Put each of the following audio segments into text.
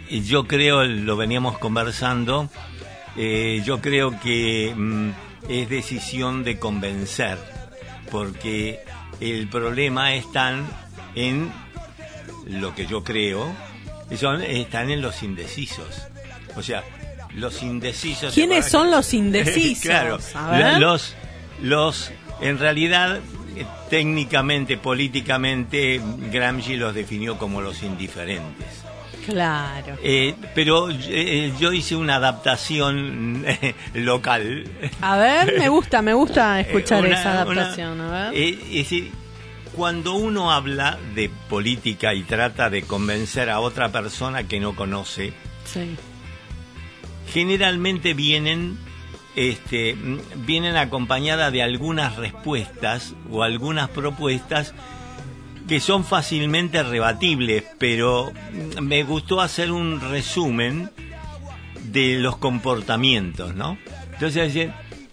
yo creo, lo veníamos conversando, yo creo que es decisión de convencer, porque el problema está en lo que yo creo, están en los indecisos. O sea, los indecisos... ¿Quiénes son los indecisos? Claro, a ver. los en realidad, técnicamente, políticamente, Gramsci los definió como los indiferentes. Claro. Pero yo hice una adaptación local. A ver, me gusta escuchar esa adaptación. A ver. Es decir, cuando uno habla de política y trata de convencer a otra persona que no conoce, sí, generalmente vienen acompañadas de algunas respuestas o algunas propuestas que son fácilmente rebatibles, pero me gustó hacer un resumen de los comportamientos, ¿no? Entonces,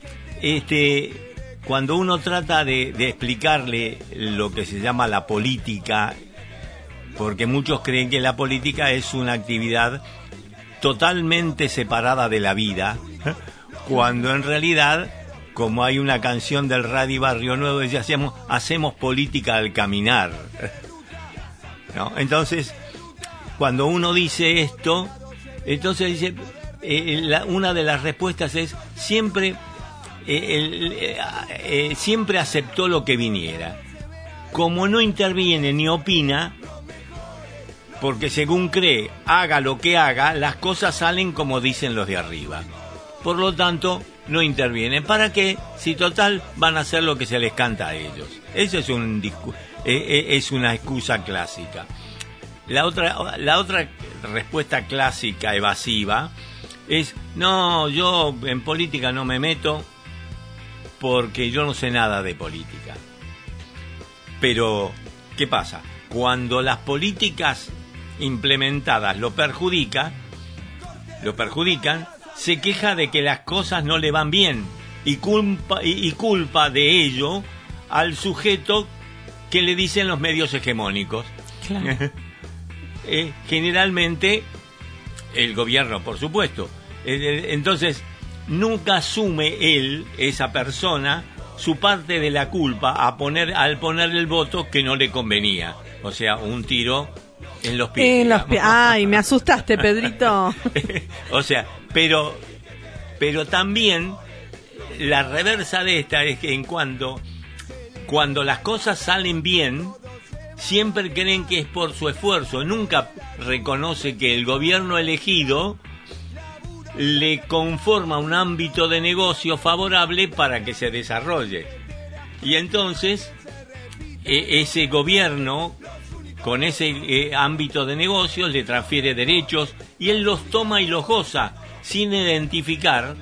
cuando uno trata de explicarle lo que se llama la política, porque muchos creen que la política es una actividad totalmente separada de la vida, cuando en realidad, como hay una canción del Radi Barrio Nuevo, dice, hacemos política al caminar, ¿no? Entonces, cuando uno dice esto, entonces dice, una de las respuestas es siempre aceptó lo que viniera. Como no interviene ni opina, porque según cree, haga lo que haga, las cosas salen como dicen los de arriba. Por lo tanto, no intervienen. ¿Para qué? Si total van a hacer lo que se les canta a ellos. Eso es una excusa clásica. La otra respuesta clásica evasiva es, no, yo en política no me meto porque yo no sé nada de política. Pero, ¿qué pasa? Cuando las políticas implementadas lo perjudican, se queja de que las cosas no le van bien y culpa de ello al sujeto que le dicen los medios hegemónicos. Claro. Generalmente el gobierno, por supuesto. Entonces, nunca asume esa persona, su parte de la culpa al poner el voto que no le convenía. O sea, un tiro en los pies. Ay, me asustaste, Pedrito. O sea, pero también la reversa de esta es que cuando las cosas salen bien, siempre creen que es por su esfuerzo. Nunca reconoce que el gobierno elegido le conforma un ámbito de negocio favorable para que se desarrolle. Y entonces, ese gobierno, con ese ámbito de negocios, le transfiere derechos y él los toma y los goza, sin identificar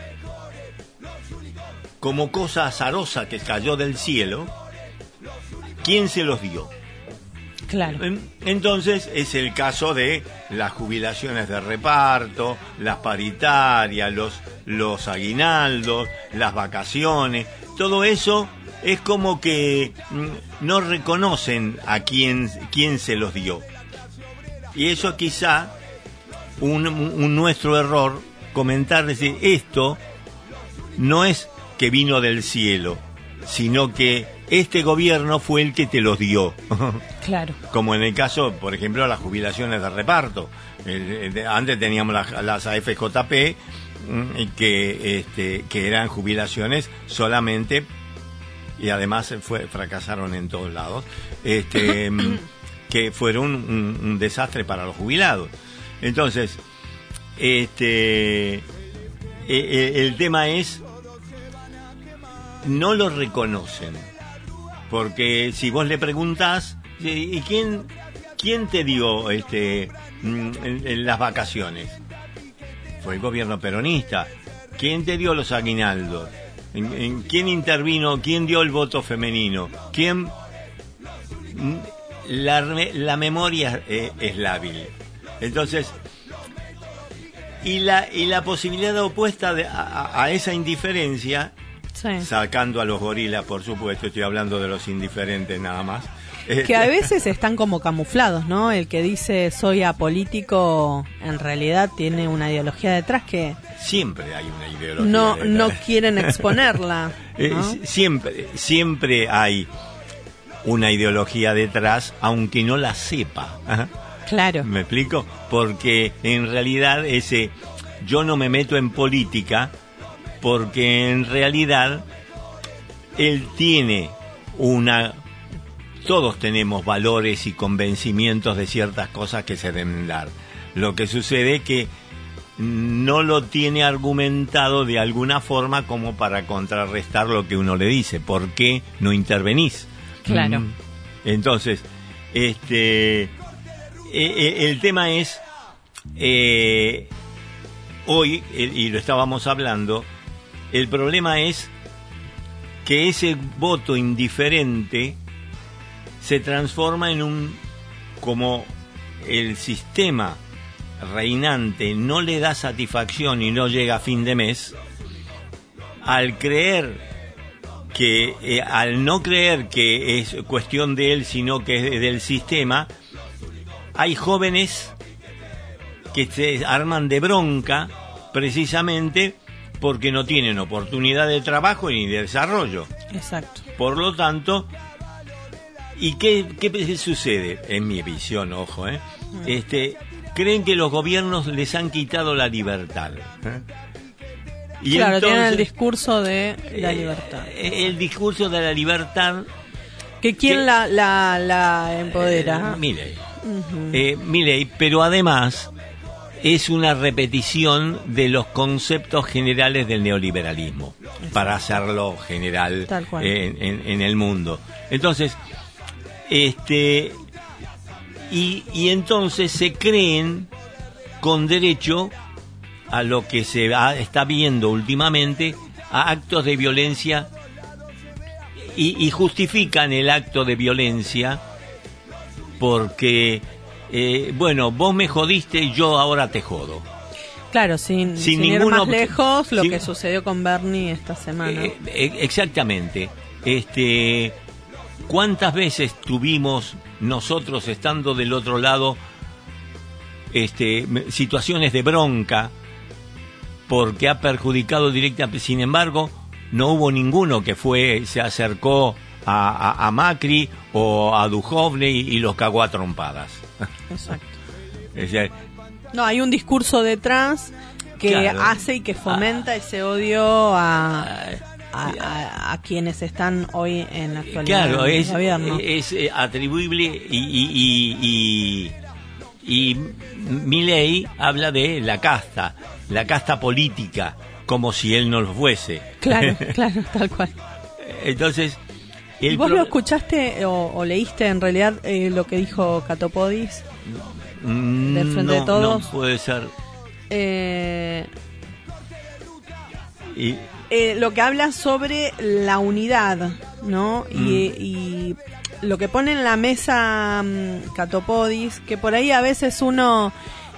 como cosa azarosa que cayó del cielo quién se los dio. Claro. Entonces es el caso de las jubilaciones de reparto, las paritarias, los aguinaldos, las vacaciones. Todo eso es como que no reconocen a quién se los dio. Y eso quizá un nuestro error, comentar, decir, esto no es que vino del cielo, sino que este gobierno fue el que te los dio. Claro. Como en el caso, por ejemplo, las jubilaciones de reparto. Antes teníamos las AFJP, que eran jubilaciones solamente, y además fracasaron en todos lados, que fueron un desastre para los jubilados. Entonces, el tema es, no lo reconocen, porque si vos le preguntás, ¿y quién te dio en las vacaciones? Fue el gobierno peronista. ¿Quién te dio los aguinaldos? ¿En quién intervino? ¿Quién dio el voto femenino? ¿Quién? La memoria es lábil. Entonces, y la posibilidad opuesta a esa indiferencia, sí, sacando a los gorilas, por supuesto, estoy hablando de los indiferentes nada más, Que a veces están como camuflados, ¿no? El que dice soy apolítico en realidad tiene una ideología detrás que siempre hay una ideología no quieren exponerla, ¿no? Siempre hay una ideología detrás, aunque no la sepa. Claro. ¿Me explico? Porque en realidad yo no me meto en política porque en realidad él tiene todos tenemos valores y convencimientos de ciertas cosas que se deben dar. Lo que sucede es que no lo tiene argumentado de alguna forma como para contrarrestar lo que uno le dice. ¿Por qué no intervenís? Claro. Entonces, el tema es, hoy, y lo estábamos hablando, el problema es que ese voto indiferente se transforma como el sistema reinante no le da satisfacción y no llega a fin de mes, al no creer que es cuestión de él, sino que es del sistema, hay jóvenes que se arman de bronca precisamente porque no tienen oportunidad de trabajo ni de desarrollo. Exacto. Por lo tanto, ¿y qué sucede? En mi visión, ojo, creen que los gobiernos les han quitado la libertad. Y claro, entonces, tienen el discurso de la libertad. El discurso de la libertad. ¿Quién la empodera? Milei. Uh-huh. Milei, pero además es una repetición de los conceptos generales del neoliberalismo. Exacto. Para hacerlo general en el mundo. Entonces, y entonces se creen con derecho a lo que está viendo últimamente, a actos de violencia, y justifican el acto de violencia porque vos me jodiste, yo ahora te jodo. Claro, sin ir más lejos, lo que sucedió con Bernie esta semana. Exactamente. ¿Cuántas veces tuvimos nosotros, estando del otro lado, situaciones de bronca porque ha perjudicado directamente? Sin embargo, no hubo ninguno que se acercó a Macri o a Duhovne y los cagó a trompadas. Exacto. Es decir, no, hay un discurso detrás que hace y que fomenta ese odio a quienes están hoy en la actualidad en el gobierno. Es atribuible y Milei habla de la casta política, como si él no lo fuese. Claro, tal cual. Entonces, ¿vos lo escuchaste o leíste en realidad lo que dijo Catopodis del Frente de Todos? No puede ser. Lo que habla sobre la unidad, ¿no? Y lo que pone en la mesa Catopodis, que por ahí a veces uno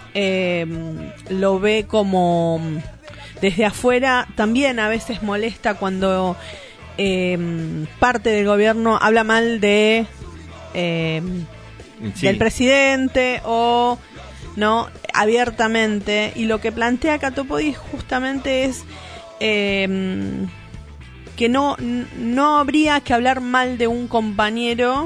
lo ve como desde afuera, también a veces molesta cuando parte del gobierno habla mal de del presidente o no abiertamente, y lo que plantea Catopodis justamente es que no habría que hablar mal de un compañero,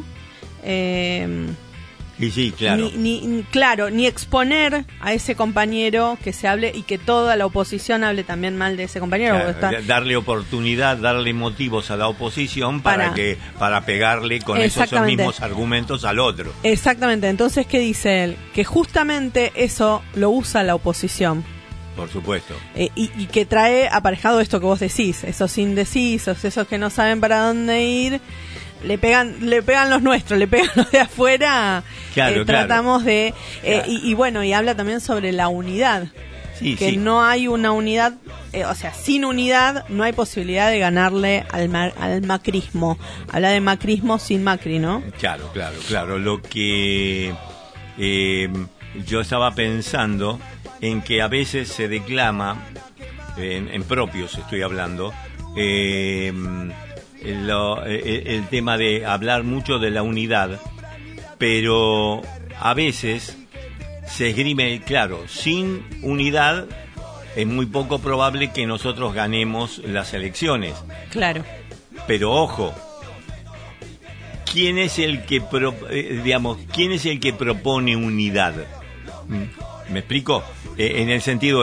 y sí, claro. Ni exponer a ese compañero, que se hable y que toda la oposición hable también mal de ese compañero. Claro, darle oportunidad, darle motivos a la oposición para pegarle con esos mismos argumentos al otro. Exactamente. Entonces, ¿qué dice él? Que justamente eso lo usa la oposición. Por supuesto. Y que trae aparejado esto que vos decís, esos indecisos, esos que no saben para dónde ir. Le pegan los nuestros, le pegan los de afuera. Claro, tratamos de y bueno, y habla también sobre la unidad, que no hay una unidad, o sea, sin unidad no hay posibilidad de ganarle al macrismo. Habla de macrismo sin Macri, ¿no? Claro. Lo que yo estaba pensando en que a veces se declama en propios, estoy hablando, el tema de hablar mucho de la unidad, pero a veces se esgrime, claro, sin unidad es muy poco probable que nosotros ganemos las elecciones. Claro. Pero ojo, ¿quién es el que quién es el que propone unidad? ¿Me explico? En el sentido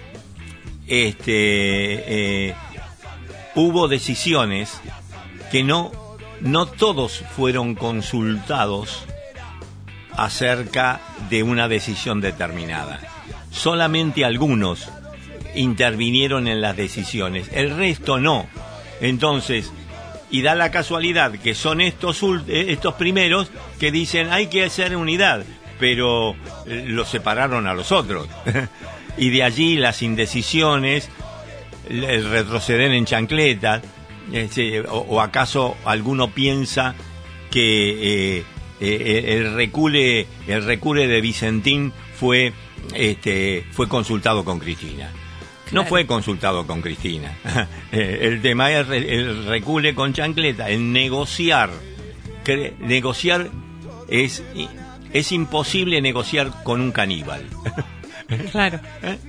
hubo decisiones que no todos fueron consultados acerca de una decisión determinada. Solamente algunos intervinieron en las decisiones, el resto no. Entonces, y da la casualidad que son estos primeros que dicen hay que hacer unidad, pero los separaron a los otros. Y de allí las indecisiones, el retroceder en chancletas, o acaso alguno piensa que el recule de Vicentín fue consultado con Cristina. Claro. No fue consultado con Cristina. El tema es el recule con chancleta, el negociar. Negociar es imposible negociar con un caníbal. Claro.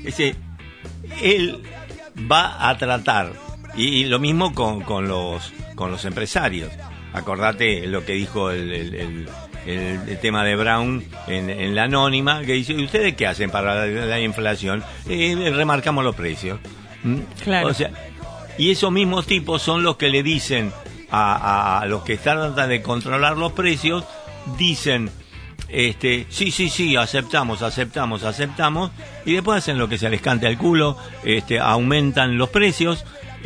Él va a tratar, y lo mismo con los empresarios. Acordate lo que dijo el tema de Brown en la Anónima, que dice, ¿ustedes qué hacen para la inflación? Remarcamos los precios. Claro. O sea, y esos mismos tipos son los que le dicen a los que tratan de controlar los precios, dicen, sí, aceptamos, y después hacen lo que se les cante al culo, aumentan los precios,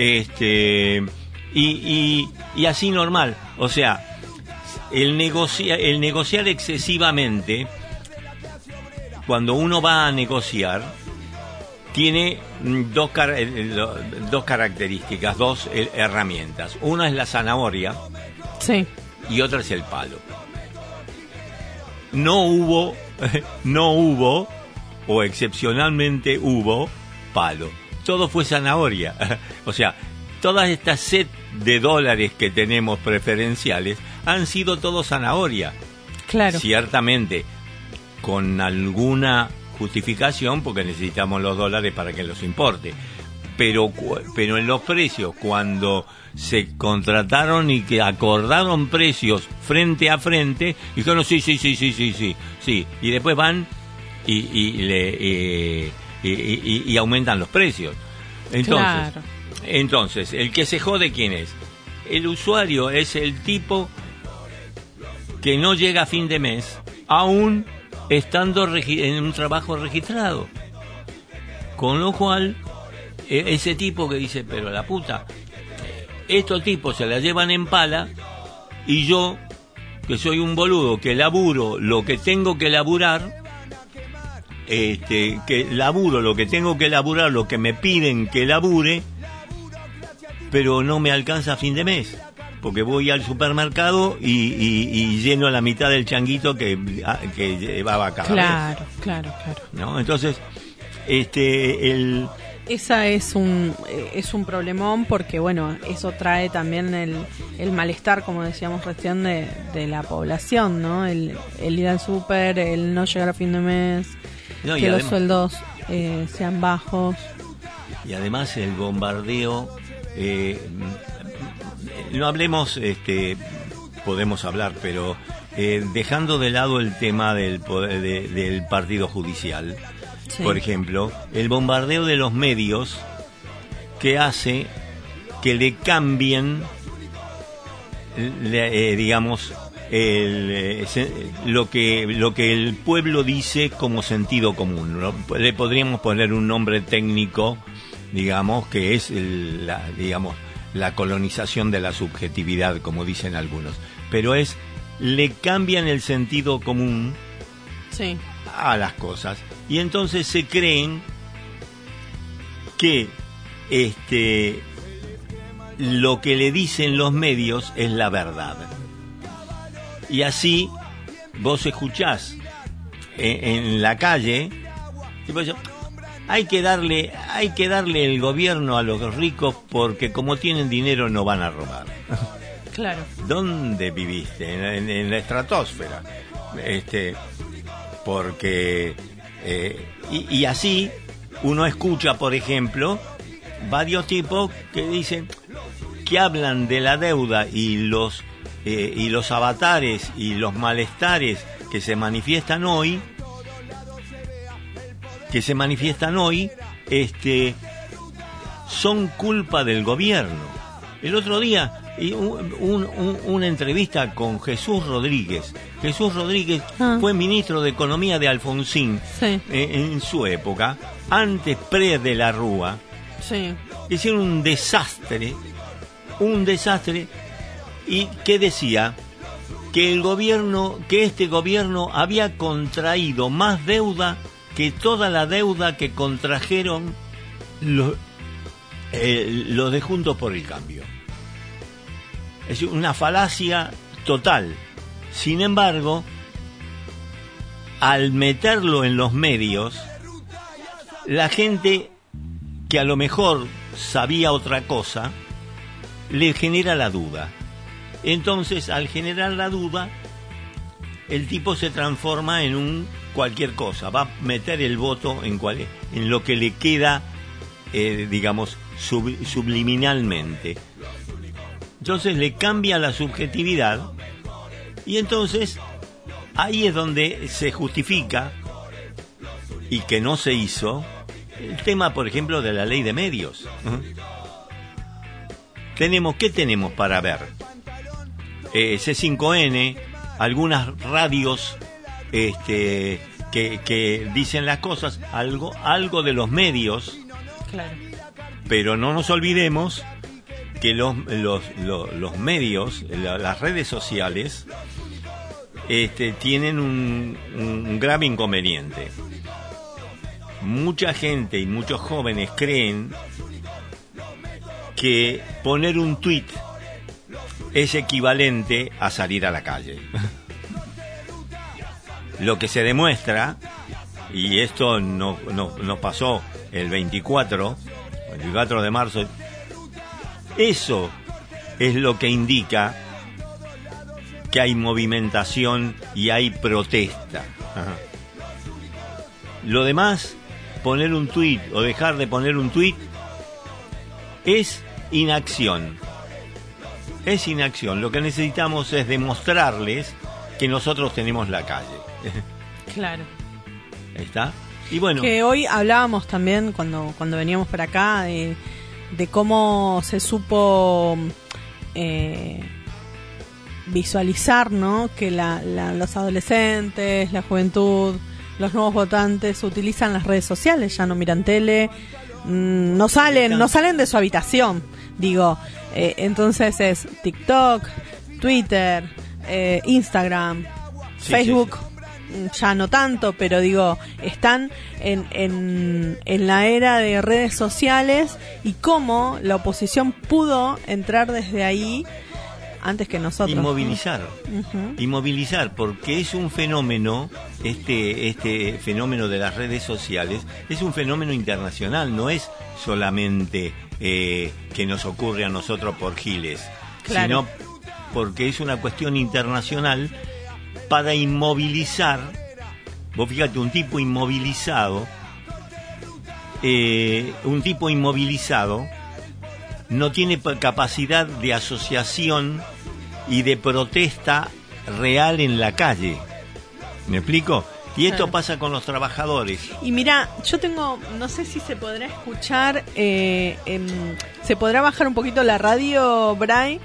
y así normal. O sea, el negociar excesivamente, cuando uno va a negociar, tiene dos características, dos herramientas. Una es la zanahoria, sí, y otra es el palo. No hubo, o excepcionalmente hubo, palo. Todo fue zanahoria. O sea, todas estas set de dólares que tenemos preferenciales han sido todo zanahoria. Claro. Ciertamente, con alguna justificación, porque necesitamos los dólares para que los importe. Pero en los precios, cuando se contrataron y que acordaron precios frente a frente, dijeron sí. Y después van y aumentan los precios. Entonces, el que se jode, ¿quién es? El usuario es el tipo que no llega a fin de mes, aún estando en un trabajo registrado. Con lo cual, ese tipo que dice, pero la puta, estos tipos se la llevan en pala, y yo, que soy un boludo, que laburo lo que tengo que laburar, que laburo lo que tengo que laburar, lo que me piden que labure, pero no me alcanza a fin de mes, porque voy al supermercado y lleno la mitad del changuito que llevaba cada vez. Claro. ¿No? Entonces, esa es un problemón, porque bueno, eso trae también el malestar, como decíamos recién, de la población, ¿no? El ir al súper, el no llegar a fin de mes, no, que los sueldos sean bajos. Y además el bombardeo, no hablemos, podemos hablar, pero dejando de lado el tema del partido judicial. Sí. Por ejemplo, el bombardeo de los medios, que hace que le cambien, digamos, lo que el pueblo dice como sentido común, ¿no? Le podríamos poner un nombre técnico, digamos, que es la colonización de la subjetividad, como dicen algunos. Pero le cambian el sentido común, sí, a las cosas, y entonces se creen que lo que le dicen los medios es la verdad. Y así vos escuchás en la calle, tipo, hay que darle el gobierno a los ricos porque como tienen dinero no van a robar. Claro. ¿Dónde viviste? En la estratosfera. Porque y así uno escucha, por ejemplo, varios tipos que dicen, que hablan de la deuda y los avatares y los malestares que se manifiestan hoy, son culpa del gobierno. El otro día una entrevista con Jesús Rodríguez. Jesús Rodríguez fue ministro de Economía de Alfonsín, sí, en su época, antes de la Rúa. Sí. Hicieron un desastre, y que decía que este gobierno había contraído más deuda que toda la deuda que contrajeron los de Juntos por el Cambio. Es una falacia total. Sin embargo, al meterlo en los medios, la gente que a lo mejor sabía otra cosa, le genera la duda. Entonces, al generar la duda, el tipo se transforma en cualquier cosa. Va a meter el voto en lo que le queda, digamos, subliminalmente. Entonces le cambia la subjetividad, y entonces ahí es donde se justifica, y que no se hizo, el tema, por ejemplo, de la ley de medios. ¿Qué tenemos para ver? C5N, algunas radios que dicen las cosas, algo de los medios. Claro. Pero no nos olvidemos que los medios, las redes sociales, tienen un grave inconveniente. Mucha gente y muchos jóvenes creen que poner un tuit es equivalente a salir a la calle. Lo que se demuestra, y esto nos pasó el 24 de marzo, eso es lo que indica que hay movimentación y hay protesta. Ajá. Lo demás, poner un tuit o dejar de poner un tuit, es inacción. Es inacción. Lo que necesitamos es demostrarles que nosotros tenemos la calle. Claro. ¿Está? Y bueno, que hoy hablábamos también cuando veníamos para acá de cómo se supo visualizar, ¿no? Que los adolescentes, la juventud, los nuevos votantes utilizan las redes sociales, ya no miran tele, no salen de su habitación, digo. Entonces es TikTok, Twitter, Instagram, sí, Facebook. Sí. Ya no tanto, pero digo, están en la era de redes sociales, y cómo la oposición pudo entrar desde ahí antes que nosotros. Inmovilizar, porque es un fenómeno, este fenómeno de las redes sociales, es un fenómeno internacional, no es solamente que nos ocurre a nosotros por giles, claro, sino porque es una cuestión internacional para inmovilizar. Vos fíjate, un tipo inmovilizado no tiene capacidad de asociación y de protesta real en la calle. ¿Me explico? Y esto pasa con los trabajadores. Y mira, yo no sé si se podrá escuchar, se podrá bajar un poquito la radio, Bray,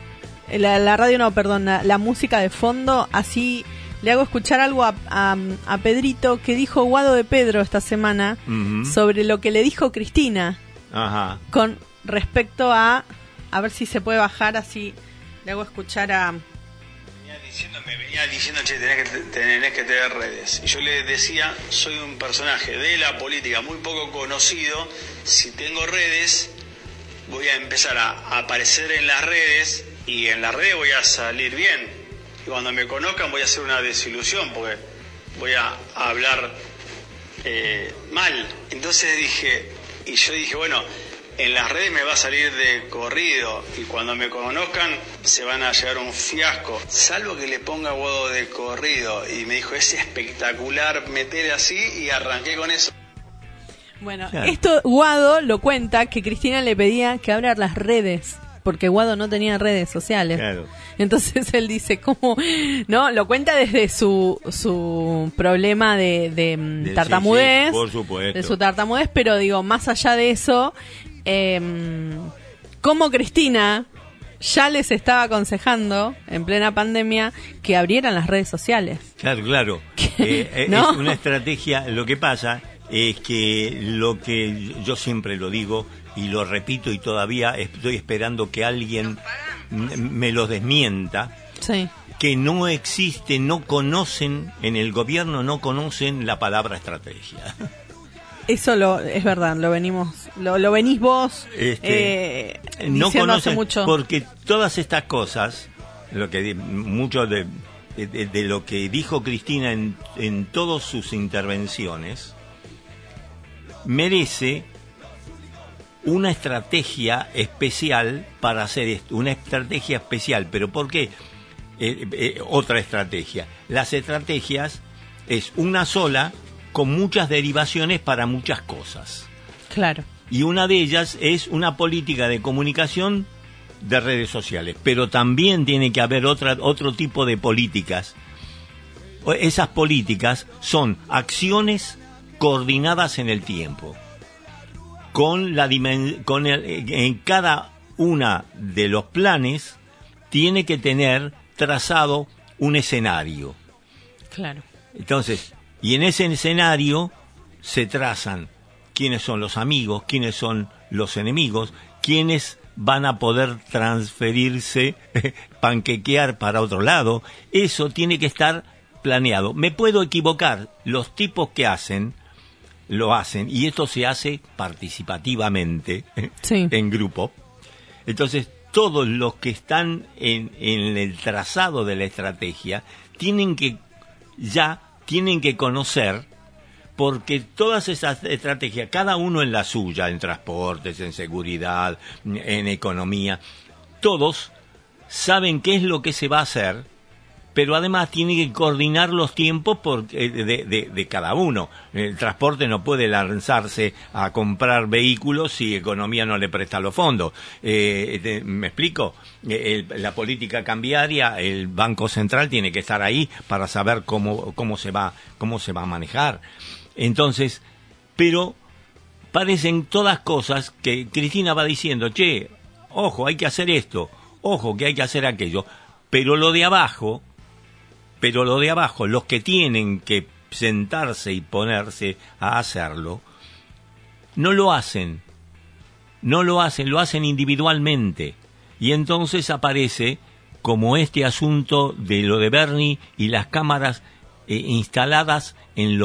la música de fondo, así le hago escuchar algo a Pedrito que dijo Guado de Pedro esta semana, uh-huh, sobre lo que le dijo Cristina. Ajá. Con respecto a ver si se puede bajar, así le hago escuchar a... Me venía diciendo, che, tenés que tener redes. Y yo le decía, soy un personaje de la política muy poco conocido. Si tengo redes, voy a empezar a aparecer en las redes, y en las redes voy a salir bien. Y cuando me conozcan voy a hacer una desilusión, porque voy a hablar mal. Entonces yo dije, bueno, en las redes me va a salir de corrido y cuando me conozcan se van a llevar un fiasco, salvo que le ponga Guado de corrido. Y me dijo, es espectacular, meter así, y arranqué con eso. Bueno, Claro. esto Guado lo cuenta que Cristina le pedía que abra las redes, porque Guado no tenía redes sociales. Claro. Entonces él dice, ¿cómo? ¿No? Lo cuenta desde su problema de tartamudez. Sí, por supuesto. De su tartamudez, pero digo, más allá de eso, cómo Cristina ya les estaba aconsejando en plena pandemia que abrieran las redes sociales. Claro, claro. ¿No? Es una estrategia. Lo que pasa es que lo que yo siempre lo digo y lo repito y todavía estoy esperando que alguien me lo desmienta, Sí. que no existe, no conocen, en el gobierno no conocen la palabra estrategia. Eso es verdad, lo venís vos No diciendo hace conocen, mucho. porque todas estas cosas, lo que mucho de lo que dijo Cristina en todas sus intervenciones, merece una estrategia especial para hacer esto, una estrategia especial. ¿Pero por qué? Otra estrategia. Las estrategias es una sola con muchas derivaciones para muchas cosas. Claro. Y una de ellas es una política de comunicación de redes sociales. Pero también tiene que haber otro tipo de políticas. Esas políticas son acciones coordinadas en el tiempo. En cada una de los planes tiene que tener trazado un escenario. Claro. Entonces, y en ese escenario se trazan quiénes son los amigos, quiénes son los enemigos, quiénes van a poder transferirse, panquequear para otro lado. Eso tiene que estar planeado. Me puedo equivocar, los tipos que lo hacen, y esto se hace participativamente, Sí. en grupo. Entonces, todos los que están en el trazado de la estrategia tienen que conocer, porque todas esas estrategias, cada uno en la suya, en transportes, en seguridad, en economía, todos saben qué es lo que se va a hacer, pero además tiene que coordinar los tiempos de cada uno. El transporte no puede lanzarse a comprar vehículos si economía no le presta los fondos. ¿Me explico? La política cambiaria, el Banco Central tiene que estar ahí para saber cómo se va a manejar. Entonces, pero parecen todas cosas que Cristina va diciendo, che, ojo, hay que hacer esto, ojo, que hay que hacer aquello, pero lo de abajo, los que tienen que sentarse y ponerse a hacerlo, no lo hacen, lo hacen individualmente. Y entonces aparece como este asunto de lo de Bernie y las cámaras instaladas en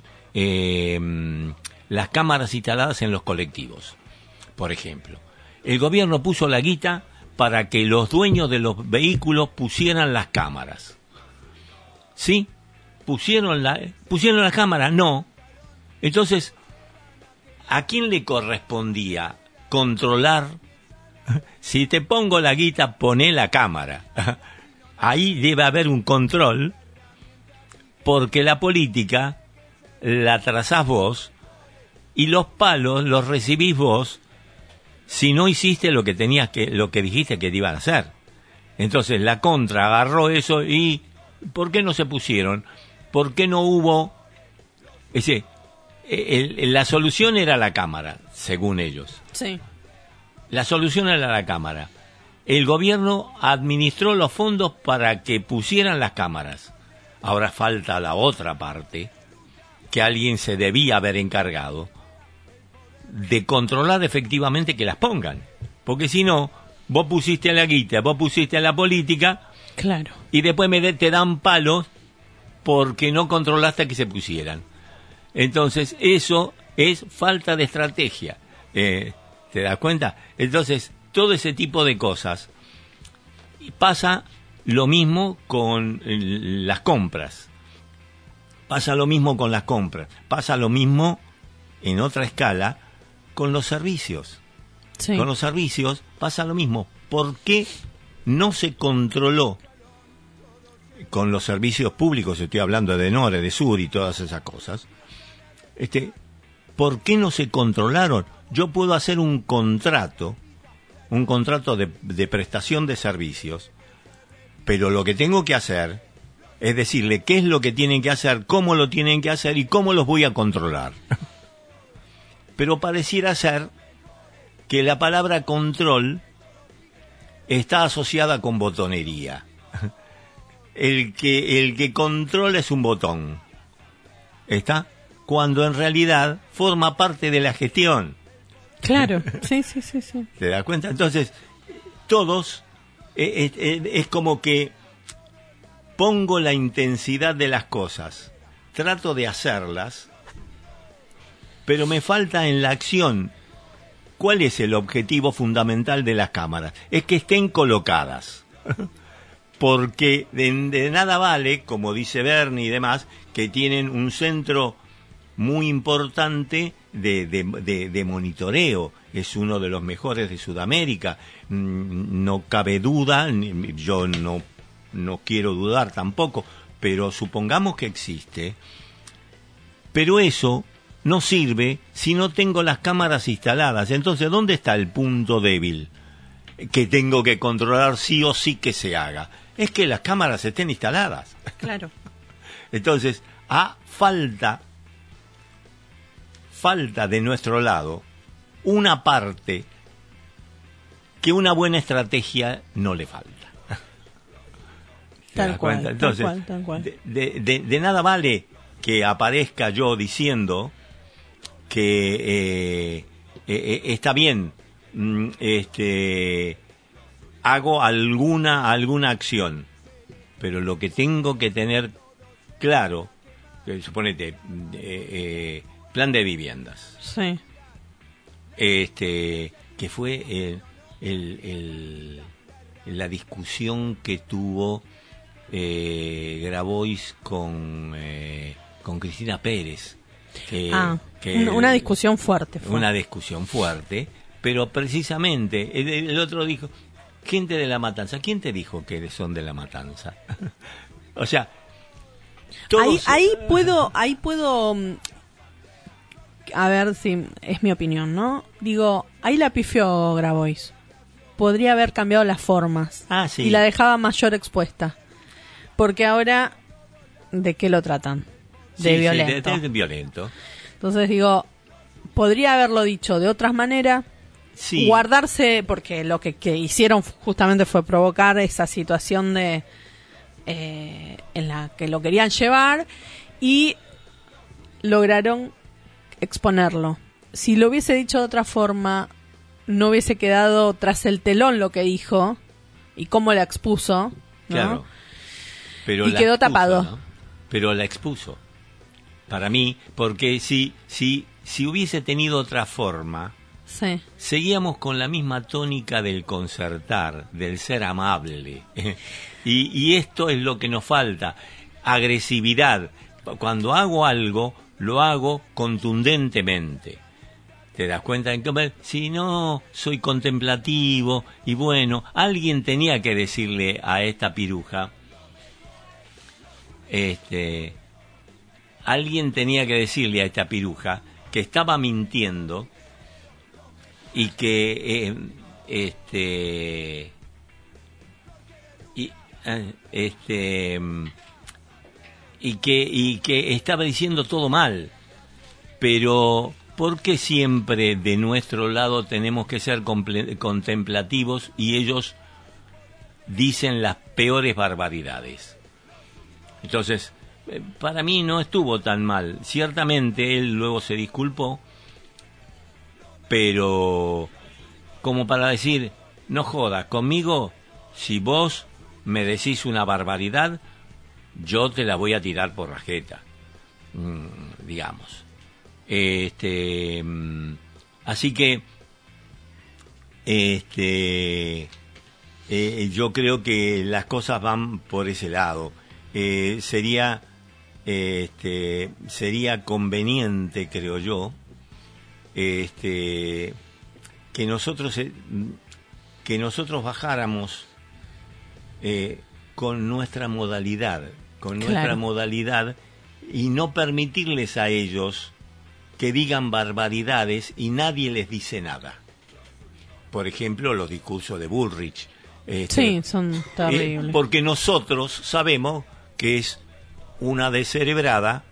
las cámaras instaladas en los colectivos. Por ejemplo, el gobierno puso la guita para que los dueños de los vehículos pusieran las cámaras. ¿Sí? ¿Pusieron las cámaras? No. Entonces, ¿a quién le correspondía controlar? Si te pongo la guita, poné la cámara. Ahí debe haber un control, porque la política la trazás vos y los palos los recibís vos si no hiciste lo que dijiste que te iban a hacer. Entonces la contra agarró eso y ¿por qué no se pusieron? ¿Por qué no hubo? La solución era la cámara, según ellos. Sí. La solución era la cámara. El gobierno administró los fondos para que pusieran las cámaras. Ahora falta la otra parte, que alguien se debía haber encargado de controlar efectivamente que las pongan. Porque si no, vos pusiste la guita, vos pusiste la política, Claro. y después te dan palos porque no controlaste que se pusieran. Entonces, eso es falta de estrategia. ¿Te das cuenta? Entonces, todo ese tipo de cosas. Pasa lo mismo con las compras. Pasa lo mismo con las compras. Pasa lo mismo, en otra escala, con los servicios. Sí. Con los servicios pasa lo mismo. ¿Por qué no se controló con los servicios públicos? Estoy hablando de Nore, de Sur y todas esas cosas. ¿Por qué no se controlaron? Yo puedo hacer un contrato de prestación de servicios, pero lo que tengo que hacer es decirle qué es lo que tienen que hacer, cómo lo tienen que hacer y cómo los voy a controlar. Pero pareciera ser que la palabra control está asociada con botonería. El que controla es un botón. ¿Está? Cuando en realidad forma parte de la gestión. Claro, sí. ¿Te das cuenta? Entonces, todos, es como que pongo la intensidad de las cosas, trato de hacerlas, pero me falta en la acción. ¿Cuál es el objetivo fundamental de las cámaras? Es que estén colocadas. Porque de nada vale, como dice Bernie y demás, que tienen un centro muy importante de monitoreo. Es uno de los mejores de Sudamérica. No cabe duda, yo no quiero dudar tampoco, pero supongamos que existe. Pero eso no sirve si no tengo las cámaras instaladas. Entonces, ¿dónde está el punto débil que tengo que controlar sí o sí que se haga? Es que las cámaras estén instaladas. Claro. Entonces, falta de nuestro lado una parte que una buena estrategia no le falta. Tal cual. Entonces, tal cual. De nada vale que aparezca yo diciendo que está bien, hago alguna acción, pero lo que tengo que tener claro, suponete, plan de viviendas. Sí. Que fue la discusión que tuvo Grabois con Cristina Pérez. Una discusión fuerte. Una discusión fuerte, pero precisamente el otro dijo, gente de La Matanza. ¿Quién te dijo que son de La Matanza? O sea, todos... Ahí puedo a ver si es mi opinión, ¿no? Digo, ahí la pifió Grabois. Podría haber cambiado las formas. Sí. Y la dejaba mayor expuesta. Porque ahora, ¿de qué lo tratan? De violento. De violento. Entonces digo, podría haberlo dicho de otras maneras. Sí. Guardarse, porque lo que hicieron justamente fue provocar esa situación en la que lo querían llevar y lograron exponerlo. Si lo hubiese dicho de otra forma, no hubiese quedado tras el telón lo que dijo y cómo la expuso, ¿no? Claro. Pero y quedó tapado. ¿no? Pero la expuso. Para mí, porque si hubiese tenido otra forma, sí, seguíamos con la misma tónica del concertar, del ser amable. Y esto es lo que nos falta. Agresividad. Cuando hago algo, lo hago contundentemente. ¿Te das cuenta? Si no, soy contemplativo. Y bueno, alguien tenía que decirle a esta piruja, alguien tenía que decirle a esta piruja que estaba mintiendo y que y que estaba diciendo todo mal. Pero ¿por qué siempre de nuestro lado tenemos que ser contemplativos y ellos dicen las peores barbaridades? Entonces, para mí no estuvo tan mal. Ciertamente él luego se disculpó, pero como para decir, no jodas, conmigo, si vos me decís una barbaridad, yo te la voy a tirar por la jeta, digamos. Así que yo creo que las cosas van por ese lado. Sería que nosotros bajáramos con nuestra modalidad, y no permitirles a ellos que digan barbaridades y nadie les dice nada. Por ejemplo, los discursos de Bullrich. Sí, son terribles. Porque nosotros sabemos que es una descerebrada,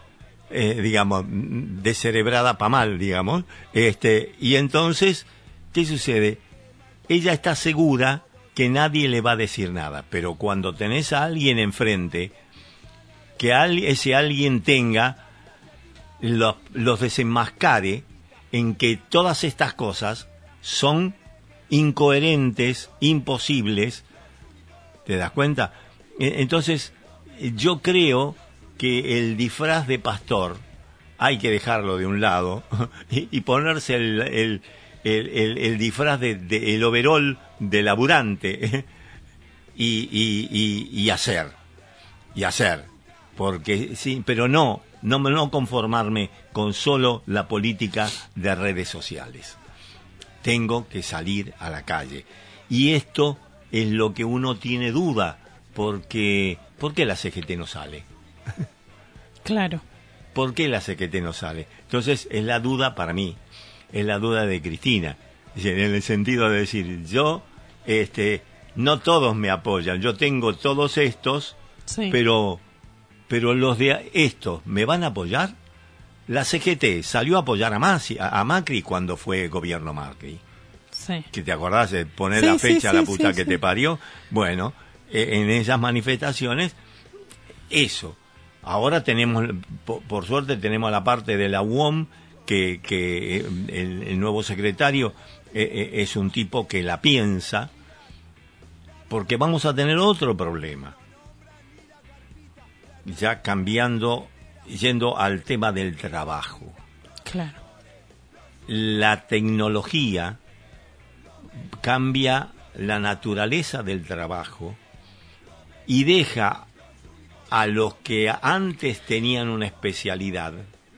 descerebrada pa' mal, digamos. Y entonces, ¿qué sucede? Ella está segura que nadie le va a decir nada, pero cuando tenés a alguien enfrente, que ese alguien tenga los desenmascare en que todas estas cosas son incoherentes, imposibles, ¿te das cuenta? Entonces, yo creo que el disfraz de pastor hay que dejarlo de un lado y ponerse el disfraz el overol de laburante y hacer, porque sí, pero no conformarme con solo la política de redes sociales. Tengo que salir a la calle. Y esto es lo que uno tiene duda, porque ¿por qué la CGT no sale? Claro. ¿Por qué la CGT no sale? Entonces es la duda para mí, es la duda de Cristina, en el sentido de decir, yo, no todos me apoyan, yo tengo todos estos, sí, pero los de estos, ¿me van a apoyar? La CGT salió a apoyar a Macri cuando fue gobierno Macri. Sí. ¿Que te acordás de poner la fecha a la puta que te parió? Bueno, en esas manifestaciones, eso. Ahora tenemos, por suerte, tenemos la parte de la UOM, que el nuevo secretario es un tipo que la piensa, porque vamos a tener otro problema. Ya yendo al tema del trabajo. Claro. La tecnología cambia la naturaleza del trabajo y deja a los que antes tenían una especialidad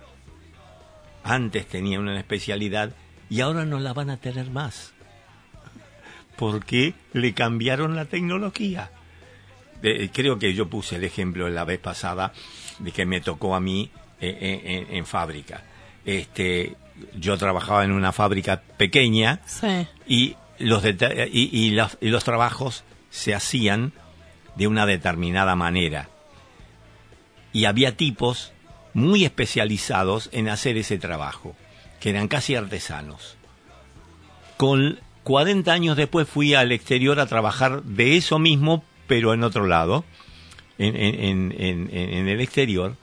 y ahora no la van a tener más porque le cambiaron la tecnología. Creo que yo puse el ejemplo la vez pasada de que me tocó a mí en fábrica. Yo trabajaba en una fábrica pequeña, sí, y los trabajos se hacían de una determinada manera. Y había tipos muy especializados en hacer ese trabajo, que eran casi artesanos. Con 40 años después fui al exterior a trabajar de eso mismo, pero en otro lado, en el exterior,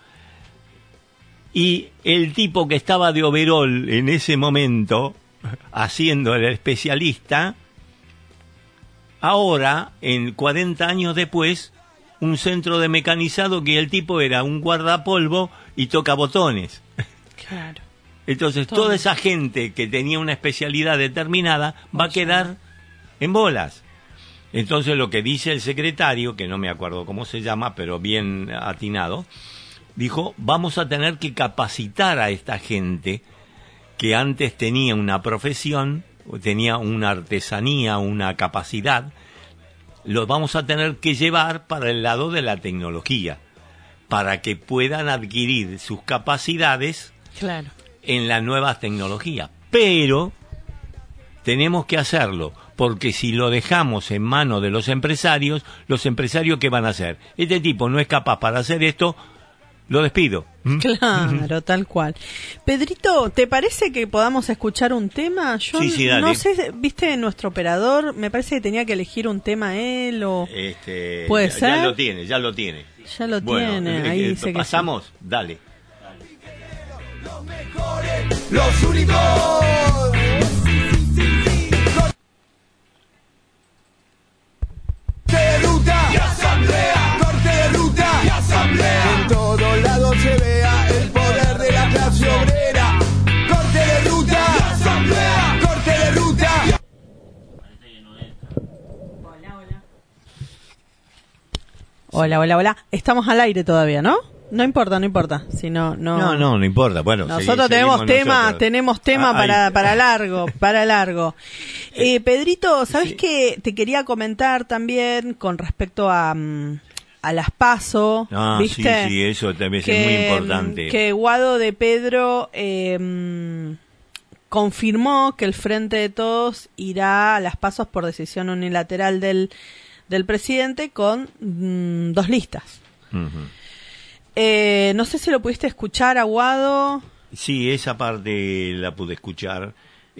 y el tipo que estaba de overol en ese momento, haciendo el especialista, ahora, en 40 años después, un centro de mecanizado que el tipo era un guardapolvo y toca botones. Claro. Entonces, toda esa gente que tenía una especialidad determinada va a quedar en bolas. Entonces, lo que dice el secretario, que no me acuerdo cómo se llama, pero bien atinado, dijo, vamos a tener que capacitar a esta gente que antes tenía una profesión, tenía una artesanía, una capacidad, los vamos a tener que llevar para el lado de la tecnología, para que puedan adquirir sus capacidades, claro, en las nuevas tecnologías. Pero tenemos que hacerlo, porque si lo dejamos en manos de los empresarios ¿qué van a hacer? Este tipo no es capaz para hacer esto, lo despido. Claro, tal cual. Pedrito, ¿te parece que podamos escuchar un tema? Yo sí, dale. No sé, viste, nuestro operador, me parece que tenía que elegir un tema él o... ¿Puede ser? Ya lo tiene. Ya lo bueno, tiene, ahí dice pasamos, que sí. Dale. Los mejores, los únicos. Corte de ruta y asamblea. Corte de ruta y asamblea. En todos lados se vea el poder de la clase obrera. Corte de ruta y asamblea. Corte de ruta. Hola. Estamos al aire todavía, ¿no? No importa. Si no. No importa. Bueno, nosotros tenemos tema para largo. Pedrito, ¿sabes qué? Te quería comentar también con respecto a las PASO, ¿viste? Sí, eso también es muy importante. Que Guado de Pedro confirmó que el Frente de Todos irá a las PASO por decisión unilateral del presidente con 2 listas. Uh-huh. No sé si lo pudiste escuchar, Aguado. Sí, esa parte la pude escuchar.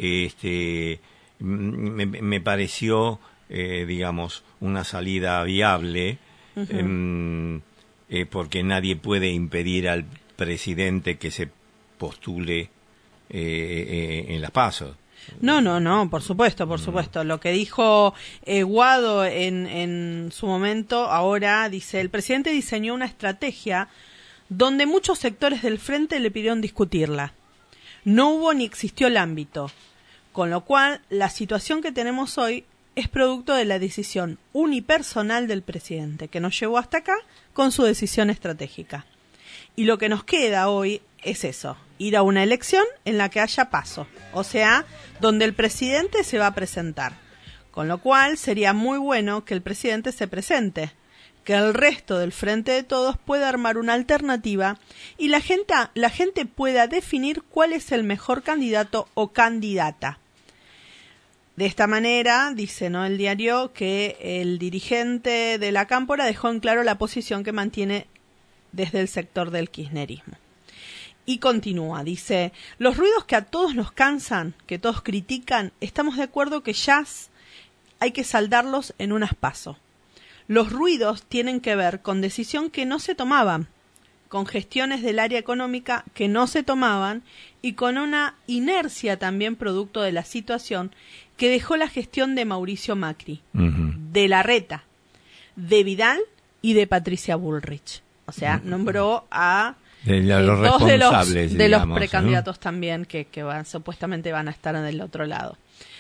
Me pareció, digamos, una salida viable, uh-huh. Porque nadie puede impedir al presidente que se postule en las PASO. No, por supuesto. Lo que dijo Guado en su momento, ahora dice, el presidente diseñó una estrategia donde muchos sectores del frente le pidieron discutirla. No hubo ni existió el ámbito, con lo cual la situación que tenemos hoy es producto de la decisión unipersonal del presidente, que nos llevó hasta acá con su decisión estratégica. Y lo que nos queda hoy es eso, ir a una elección en la que haya PASO, o sea, donde el presidente se va a presentar. Con lo cual sería muy bueno que el presidente se presente, que el resto del Frente de Todos pueda armar una alternativa y la gente pueda definir cuál es el mejor candidato o candidata. De esta manera, dice el diario, que el dirigente de la Cámpora dejó en claro la posición que mantiene desde el sector del kirchnerismo. Y continúa, dice, los ruidos que a todos nos cansan, que todos critican, estamos de acuerdo que ya hay que saldarlos en unas PASO. Los ruidos tienen que ver con decisión que no se tomaban, con gestiones del área económica que no se tomaban y con una inercia también producto de la situación que dejó la gestión de Mauricio Macri, uh-huh. de Larreta, de Vidal y de Patricia Bullrich. O sea, uh-huh. nombró a dos de los precandidatos, ¿no? También que supuestamente van a estar del otro lado.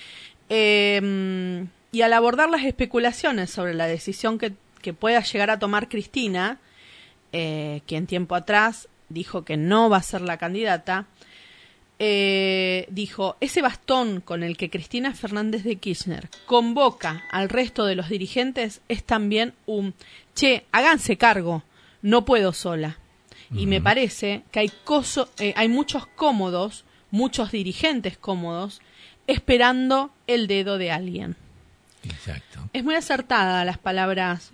Y al abordar las especulaciones sobre la decisión que pueda llegar a tomar Cristina, quien tiempo atrás dijo que no va a ser la candidata, dijo, ese bastón con el que Cristina Fernández de Kirchner convoca al resto de los dirigentes es también háganse cargo, no puedo sola. Y me parece que hay muchos cómodos, muchos dirigentes cómodos, esperando el dedo de alguien. Exacto. Es muy acertada las palabras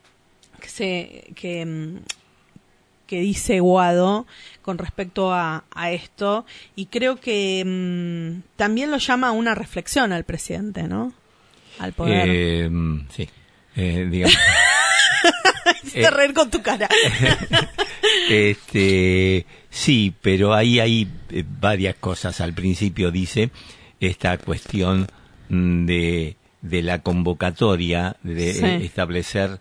que dice Guado con respecto a esto, y creo que también lo llama a una reflexión al presidente, ¿no? Al poder. Sí, digamos. Hiciste reír con tu cara. Sí, pero ahí hay varias cosas. Al principio dice esta cuestión de la convocatoria, de establecer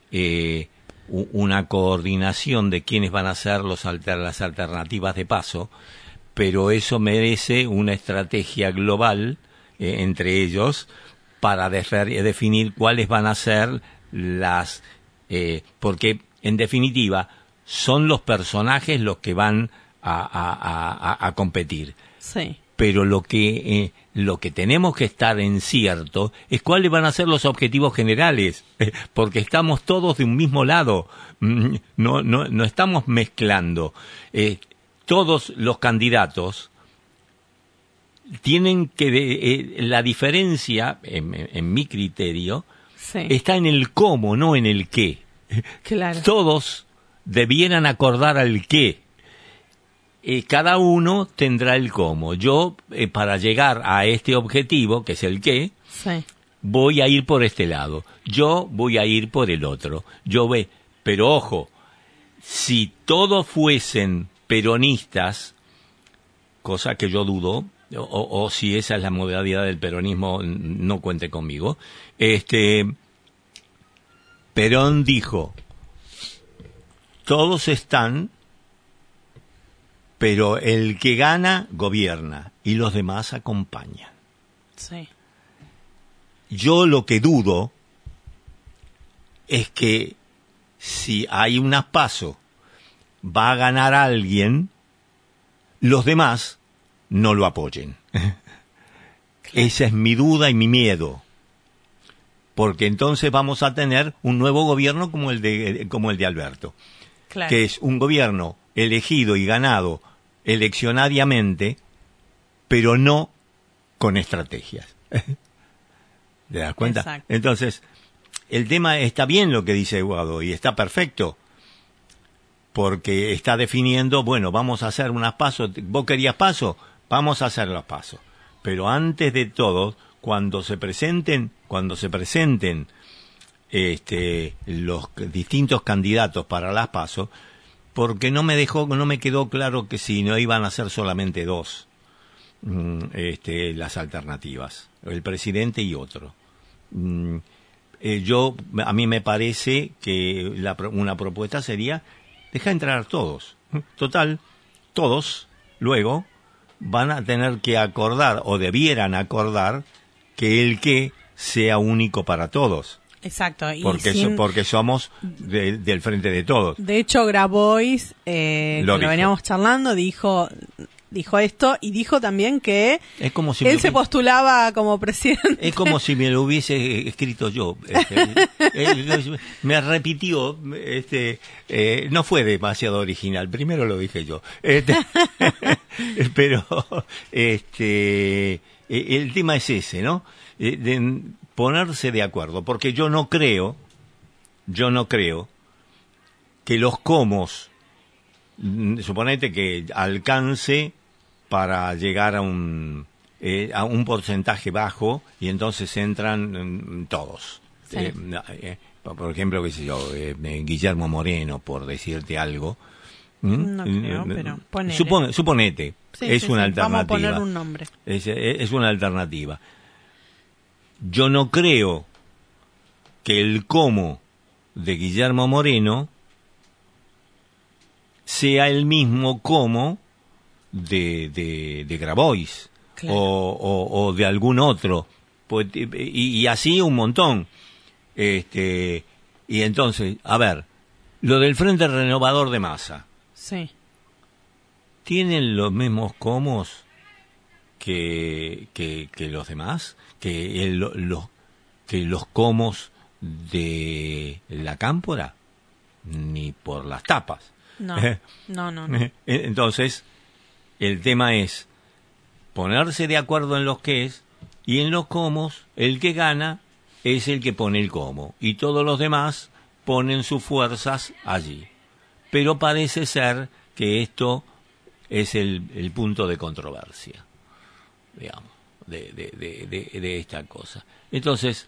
una coordinación de quiénes van a ser las alternativas de PASO, pero eso merece una estrategia global entre ellos para definir cuáles van a ser las... porque, en definitiva, son los personajes los que van a competir. Sí. Pero lo que tenemos que estar en cierto es cuáles van a ser los objetivos generales, porque estamos todos de un mismo lado, no estamos mezclando. Todos los candidatos tienen que... la diferencia, en mi criterio, sí, está en el cómo, no en el qué. Claro. Todos debieran acordar al qué. Cada uno tendrá el cómo. Yo, para llegar a este objetivo, que es el qué, sí, voy a ir por este lado. Yo voy a ir por el otro. Pero ojo, si todos fuesen peronistas, cosa que yo dudo, o si esa es la modalidad del peronismo, no cuente conmigo. Perón dijo, todos están, pero el que gana, gobierna, y los demás acompañan. Sí. Yo lo que dudo es que si hay unas PASO va a ganar alguien, los demás no lo apoyen. Esa es mi duda y mi miedo. Porque entonces vamos a tener un nuevo gobierno como el de Alberto. Claro. Que es un gobierno elegido y ganado eleccionariamente, pero no con estrategias. ¿Te das cuenta? Exacto. Entonces, el tema está bien lo que dice Guado y está perfecto, porque está definiendo, bueno, vamos a hacer unas pasos, vos querías pasos, vamos a hacer los pasos. Pero antes de todo, cuando se presenten los distintos candidatos para las pasos, porque no me quedó claro que si no iban a ser solamente dos las alternativas, el presidente y otro. A mí me parece que una propuesta sería dejar entrar a todos. Total, todos luego van a tener que acordar o debieran acordar que el que sea único para todos. Exacto. Y porque somos del frente de todos. De hecho, Grabois, lo veníamos charlando, dijo esto y dijo también que es como si él se postulaba como presidente. Es como si me lo hubiese escrito yo. Me repitió, no fue demasiado original. Primero lo dije yo. Pero el tema es ese, ¿no? De ponerse de acuerdo, porque yo no creo que los comos, suponete que alcance para llegar a un porcentaje bajo y entonces entran todos. Sí. Por ejemplo, qué sé yo, Guillermo Moreno, por decirte algo. No creo, pero ponele. Suponete, sí, es una alternativa. Vamos a poner un nombre. Es una alternativa. Yo no creo que el como de Guillermo Moreno sea el mismo como de Grabois, claro, o de algún otro, pues, y así un montón. Y entonces, a ver, lo del Frente Renovador de Massa. Sí. ¿Tienen los mismos comos que los demás? ¿Que los comos de la Cámpora? Ni por las tapas. No. Entonces, el tema es ponerse de acuerdo en los qués y en los comos. El que gana es el que pone el como y todos los demás ponen sus fuerzas allí. Pero parece ser que esto es el punto de controversia, digamos, de esta cosa. Entonces,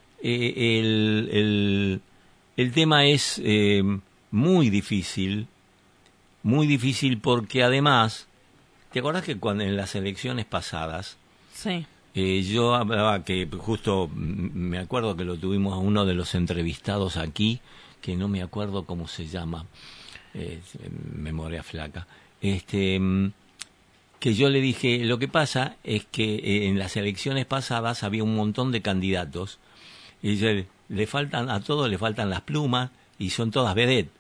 el tema es muy difícil porque además, ¿te acordás que cuando en las elecciones pasadas, sí, yo hablaba que justo me acuerdo que lo tuvimos a uno de los entrevistados aquí, que no me acuerdo cómo se llama, memoria flaca, que yo le dije, lo que pasa es que en las elecciones pasadas había un montón de candidatos y le faltan las plumas y son todas vedettes.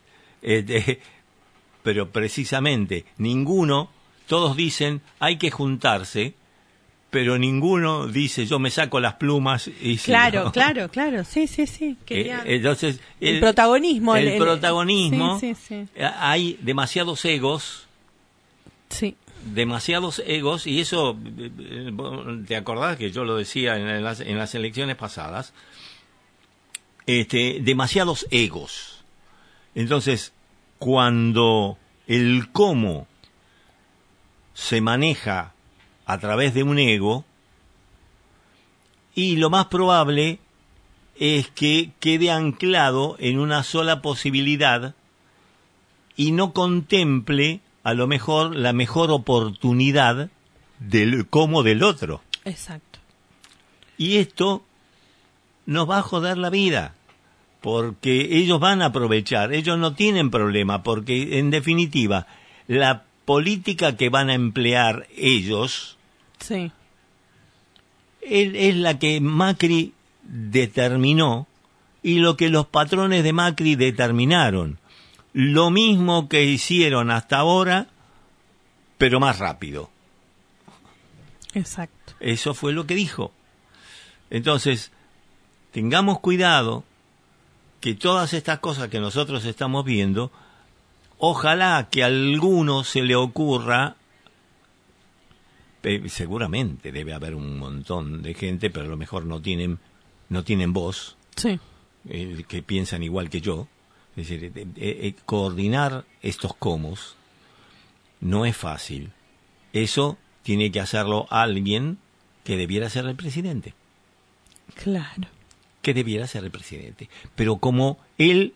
Pero precisamente todos dicen hay que juntarse, pero ninguno dice yo me saco las plumas y claro, sí. Entonces el protagonismo, sí. Hay demasiados egos. Sí. Demasiados egos, y eso, ¿te acordás que yo lo decía en las elecciones pasadas? Demasiados egos. Entonces, cuando el cómo se maneja a través de un ego, y lo más probable es que quede anclado en una sola posibilidad y no contemple a lo mejor la mejor oportunidad del cómo del otro. Exacto. Y esto nos va a joder la vida, porque ellos van a aprovechar, ellos no tienen problema, porque en definitiva la política que van a emplear ellos, sí, es la que Macri determinó y lo que los patrones de Macri determinaron. lo mismo que hicieron hasta ahora, pero más rápido. Exacto. Eso fue lo que dijo. Entonces, tengamos cuidado que todas estas cosas que nosotros estamos viendo, ojalá que a alguno se le ocurra, seguramente debe haber un montón de gente, pero a lo mejor no tienen voz, Sí. Que piensan igual que yo. Es decir, coordinar estos comos no es fácil. Eso tiene que hacerlo alguien que debiera ser el presidente. Claro. Que debiera ser el presidente. Pero como él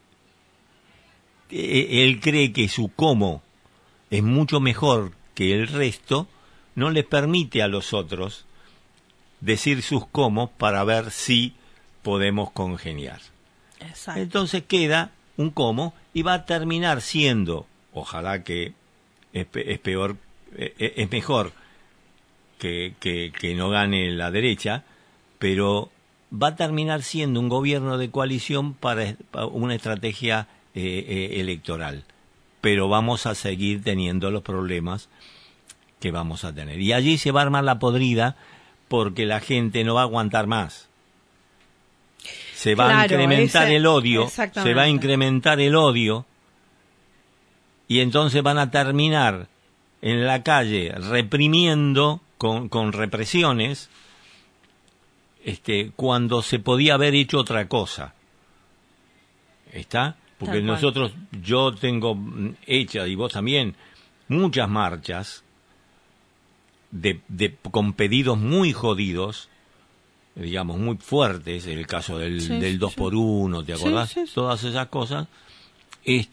cree que su cómo es mucho mejor que el resto, no le permite a los otros decir sus cómo para ver si podemos congeniar. Exacto. Entonces queda un cómo y va a terminar siendo, ojalá que es peor, es mejor que no gane la derecha, pero va a terminar siendo un gobierno de coalición para una estrategia electoral. Pero vamos a seguir teniendo los problemas que vamos a tener. Y allí se va a armar la podrida porque la gente no va a aguantar más. Se va a incrementar el odio, se va a incrementar el odio, y entonces van a terminar en la calle reprimiendo con represiones, cuando se podía haber hecho otra cosa. ¿Está? Porque nosotros, yo tengo hechas, y vos también, muchas marchas con pedidos muy jodidos, digamos, muy fuertes, el caso del 2x1, ¿te acordás? Sí. Todas esas cosas. Y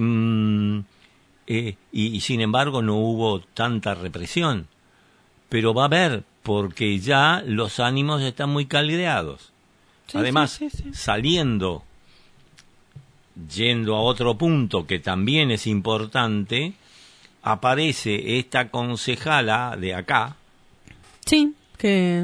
sin embargo no hubo tanta represión. Pero va a haber, porque ya los ánimos están muy caldeados. Además, yendo a otro punto que también es importante, aparece esta concejala de acá. Sí, que...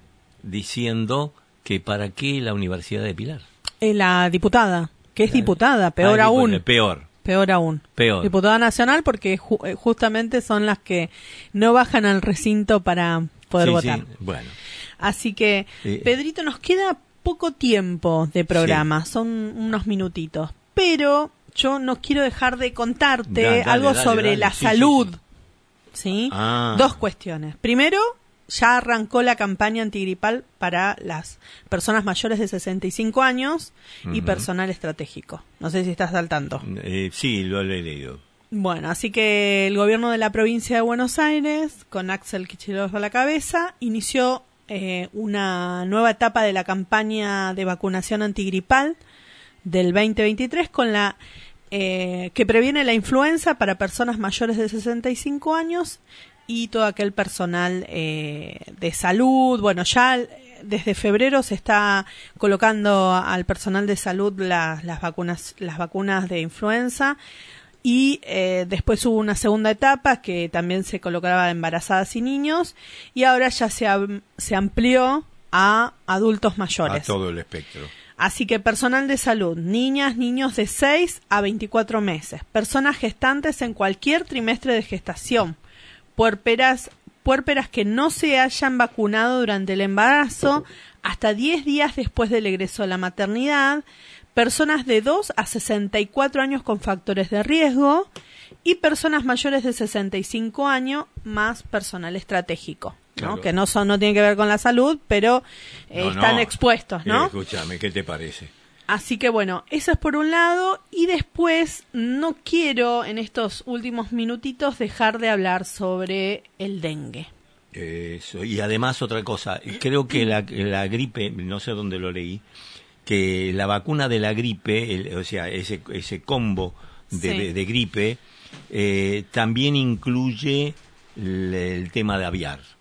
diciendo que para qué la Universidad de Pilar. La diputada, que es diputada, peor aún. Peor aún. Diputada nacional, porque justamente son las que no bajan al recinto para poder votar. Sí, bueno. Así que, Pedrito, nos queda poco tiempo de programa, son unos minutitos, pero yo no quiero dejar de contarte algo sobre la salud. ¿Sí? Dos cuestiones. Primero, ya arrancó la campaña antigripal para las personas mayores de 65 años y personal estratégico. No sé si estás al tanto. Sí, lo he leído. Bueno, así que el gobierno de la provincia de Buenos Aires, con Axel Kicillof a la cabeza, inició una nueva etapa de la campaña de vacunación antigripal del 2023 con la que previene la influenza para personas mayores de 65 años y todo aquel personal de salud. Bueno, ya desde febrero se está colocando al personal de salud las vacunas de influenza, y después hubo una segunda etapa que también se colocaba a embarazadas y niños, y ahora ya se amplió a adultos mayores. A todo el espectro. Así que personal de salud, niñas, niños de 6 a 24 meses, personas gestantes en cualquier trimestre de gestación, puérperas que no se hayan vacunado durante el embarazo hasta 10 días después del egreso a la maternidad, personas de 2 a 64 años con factores de riesgo y personas mayores de 65 años más personal estratégico, ¿no? Claro. Que no tienen que ver con la salud, pero están expuestos, ¿no? Escúchame, ¿qué te parece? Así que bueno, eso es por un lado, y después no quiero en estos últimos minutitos dejar de hablar sobre el dengue. Eso, y además otra cosa, creo que la gripe, no sé dónde lo leí, que la vacuna de la gripe, o sea, ese combo de gripe, también incluye el tema de aviar.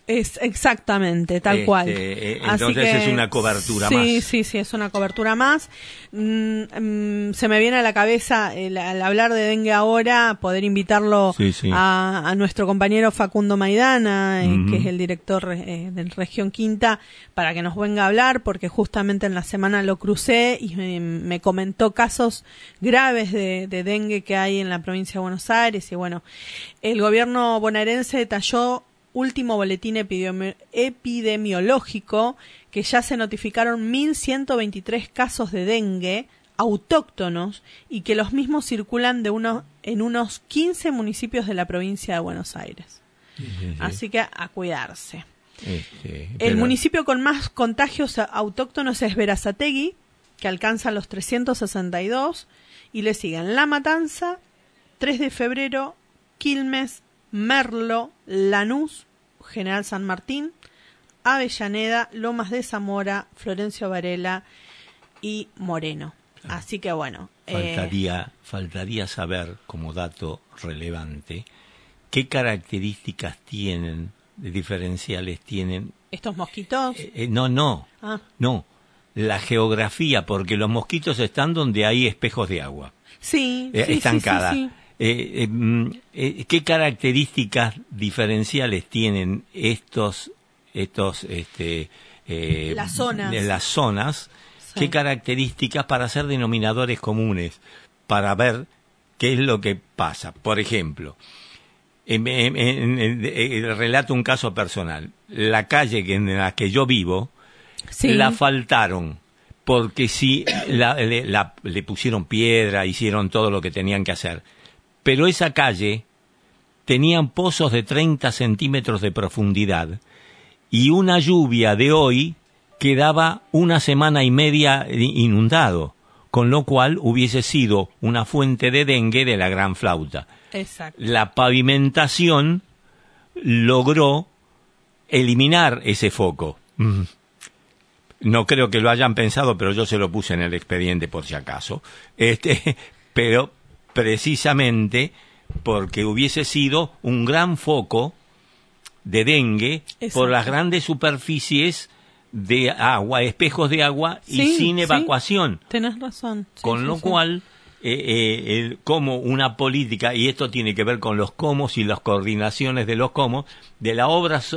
Es exactamente, tal cual. Entonces es una cobertura más. Sí, es una cobertura más. Se me viene a la cabeza, al hablar de dengue ahora, poder invitarlo a nuestro compañero Facundo Maidana, que es el director de Región Quinta, para que nos venga a hablar, porque justamente en la semana lo crucé y me comentó casos graves de dengue que hay en la provincia de Buenos Aires. Y bueno, el gobierno bonaerense detalló último boletín epidemiológico que ya se notificaron 1.123 casos de dengue autóctonos y que los mismos circulan en unos 15 municipios de la provincia de Buenos Aires. Así que a cuidarse. El municipio con más contagios autóctonos es Berazategui, que alcanza los 362, y le siguen La Matanza, 3 de febrero, Quilmes, Merlo, Lanús, General San Martín, Avellaneda, Lomas de Zamora, Florencio Varela y Moreno. Así que bueno. Faltaría saber, como dato relevante, qué características diferenciales tienen. ¿Estos mosquitos? No. La geografía, porque los mosquitos están donde hay espejos de agua. Estancada. Sí. ¿Qué características diferenciales tienen las zonas? Sí. ¿Qué características para hacer denominadores comunes? Para ver qué es lo que pasa. Por ejemplo, relato un caso personal. La calle en la que yo vivo, la asfaltaron. Porque le pusieron piedra, hicieron todo lo que tenían que hacer. Pero esa calle tenían pozos de 30 centímetros de profundidad y una lluvia de hoy quedaba una semana y media inundado, con lo cual hubiese sido una fuente de dengue de la gran flauta. Exacto. La pavimentación logró eliminar ese foco. No creo que lo hayan pensado, pero yo se lo puse en el expediente por si acaso. Pero precisamente porque hubiese sido un gran foco de dengue. Exacto. Por las grandes superficies de agua, espejos de agua y sin evacuación. Tenés razón. Con lo cual, como una política, y esto tiene que ver con los comos y las coordinaciones de los comos, de la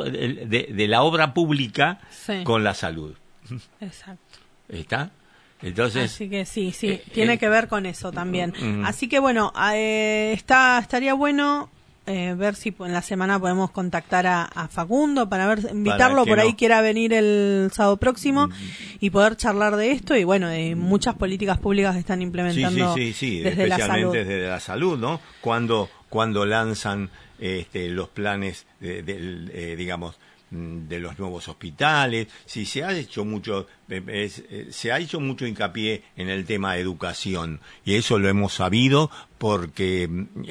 obra pública con la salud. Exacto. ¿Está? Entonces, así que sí, tiene que ver con eso también. Así que bueno, estaría bueno ver si en la semana podemos contactar a Facundo para invitarlo por ahí, quiera venir el sábado próximo y poder charlar de esto y bueno, de muchas políticas públicas que están implementando desde la salud. Desde la salud, ¿no? Cuando lanzan los planes digamos, de los nuevos hospitales. Sí, se ha hecho mucho hincapié en el tema de educación y eso lo hemos sabido porque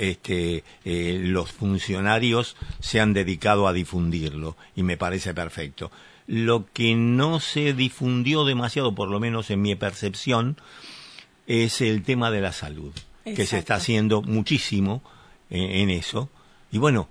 los funcionarios se han dedicado a difundirlo y me parece perfecto. Lo que no se difundió demasiado, por lo menos en mi percepción, es el tema de la salud. Exacto. Que se está haciendo muchísimo en eso y bueno,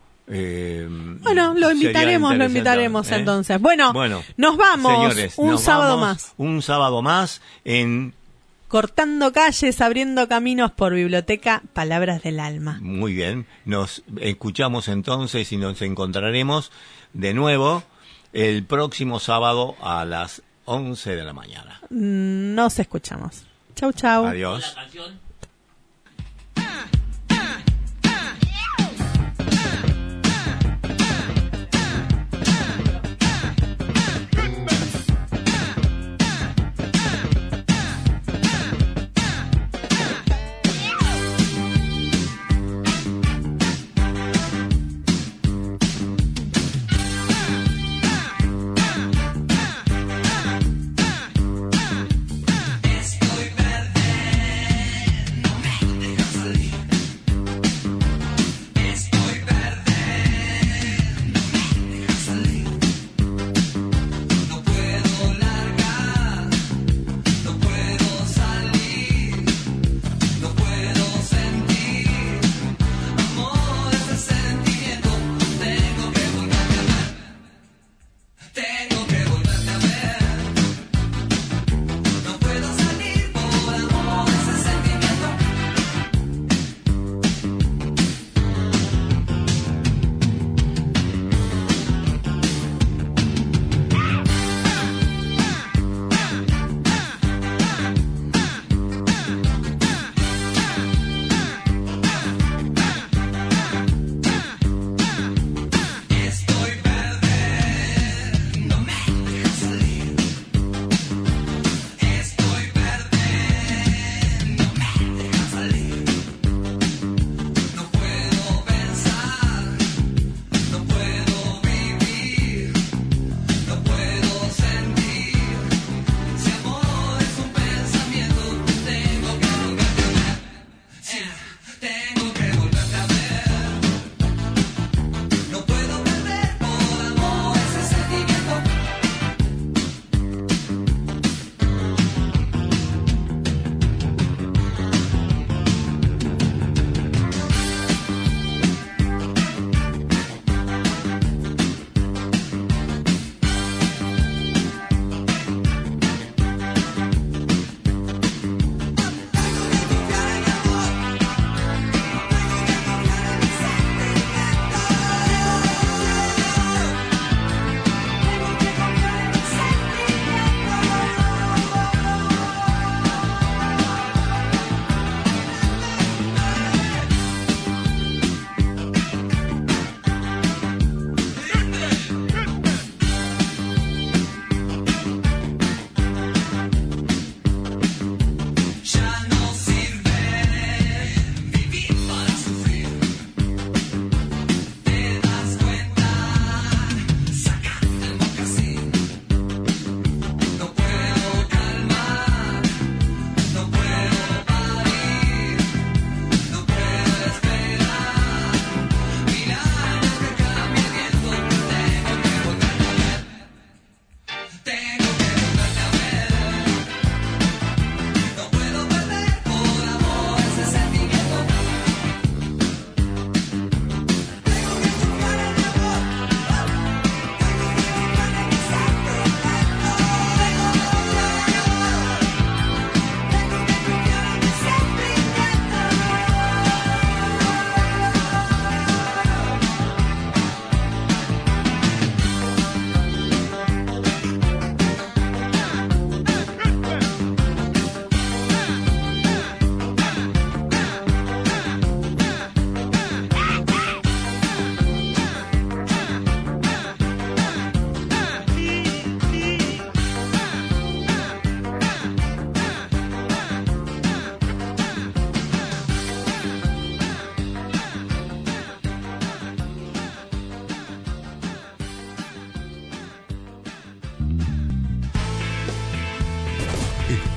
lo invitaremos entonces. Bueno, nos vamos, señores, un sábado más en Cortando Calles, Abriendo Caminos por Biblioteca Palabras del Alma. Muy bien, nos escuchamos entonces y nos encontraremos de nuevo el próximo sábado a las 11 de la mañana. Nos escuchamos. Chau. Adiós.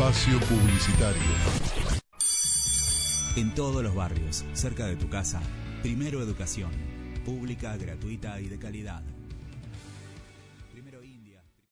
espacio publicitario. En todos los barrios, cerca de tu casa, Primero Educación, pública, gratuita y de calidad.